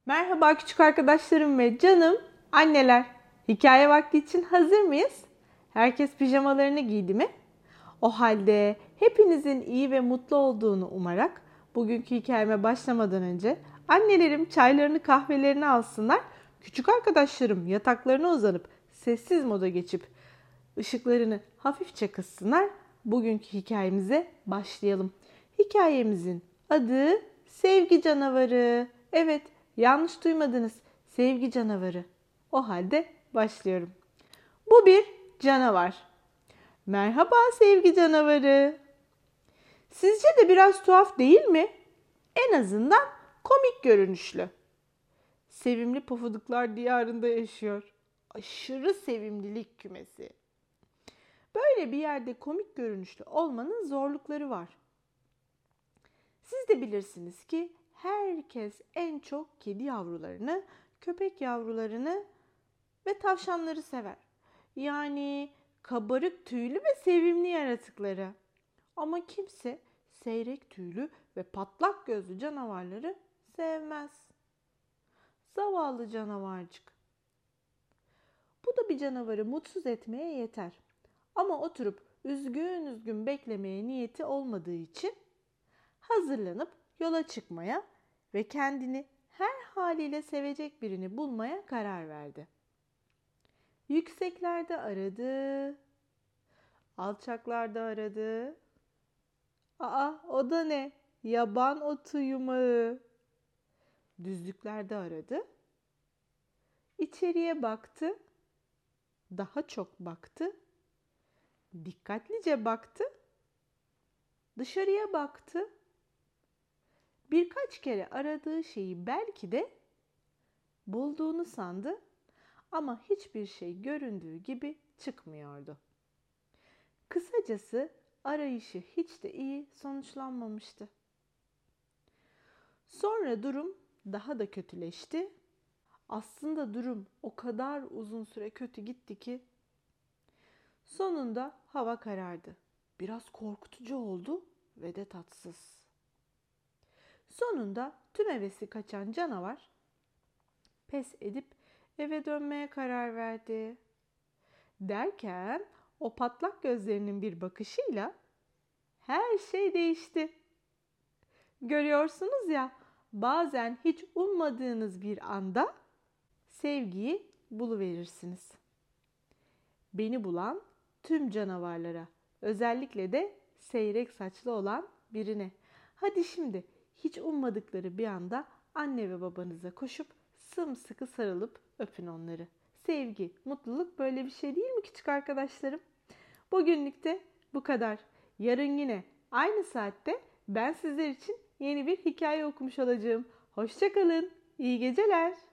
Merhaba küçük arkadaşlarım ve canım anneler. Hikaye vakti için hazır mıyız? Herkes pijamalarını giydi mi? O halde hepinizin iyi ve mutlu olduğunu umarak bugünkü hikayeme başlamadan önce annelerim çaylarını kahvelerini alsınlar. Küçük arkadaşlarım yataklarına uzanıp sessiz moda geçip ışıklarını hafifçe kıssınlar. Bugünkü hikayemize başlayalım. Hikayemizin adı Sevgi Canavarı. Evet, yanlış duymadınız. Sevgi canavarı. O halde başlıyorum. Bu bir canavar. Merhaba sevgi canavarı. Sizce de biraz tuhaf değil mi? En azından komik görünüşlü. Sevimli pofuduklar diyarında yaşıyor. Aşırı sevimlilik kümesi. Böyle bir yerde komik görünüşlü olmanın zorlukları var. Siz de bilirsiniz ki herkes en çok kedi yavrularını, köpek yavrularını ve tavşanları sever. Yani kabarık tüylü ve sevimli yaratıkları. Ama kimse seyrek tüylü ve patlak gözlü canavarları sevmez. Zavallı canavarcık. Bu da bir canavarı mutsuz etmeye yeter. Ama oturup üzgün üzgün beklemeye niyeti olmadığı için hazırlanıp yola çıkmaya ve kendini her haliyle sevecek birini bulmaya karar verdi. Yükseklerde aradı, alçaklarda aradı. Aa, o da ne? Yaban otu yumağı. Düzlüklerde aradı. İçeriye baktı, daha çok baktı. Dikkatlice baktı. Dışarıya baktı. Birkaç kere aradığı şeyi belki de bulduğunu sandı ama hiçbir şey göründüğü gibi çıkmıyordu. Kısacası arayışı hiç de iyi sonuçlanmamıştı. Sonra durum daha da kötüleşti. Aslında durum o kadar uzun süre kötü gitti ki sonunda hava karardı. Biraz korkutucu oldu ve de tatsız. Sonunda tüm hevesi kaçan canavar pes edip eve dönmeye karar verdi. Derken o patlak gözlerinin bir bakışıyla her şey değişti. Görüyorsunuz ya, bazen hiç ummadığınız bir anda sevgiyi buluverirsiniz. Beni bulan tüm canavarlara, özellikle de seyrek saçlı olan birine. Hadi şimdi hiç ummadıkları bir anda anne ve babanıza koşup sımsıkı sarılıp öpün onları. Sevgi, mutluluk böyle bir şey değil mi küçük arkadaşlarım? Bugünlük de bu kadar. Yarın yine aynı saatte ben sizler için yeni bir hikaye okumuş olacağım. Hoşça kalın. İyi geceler.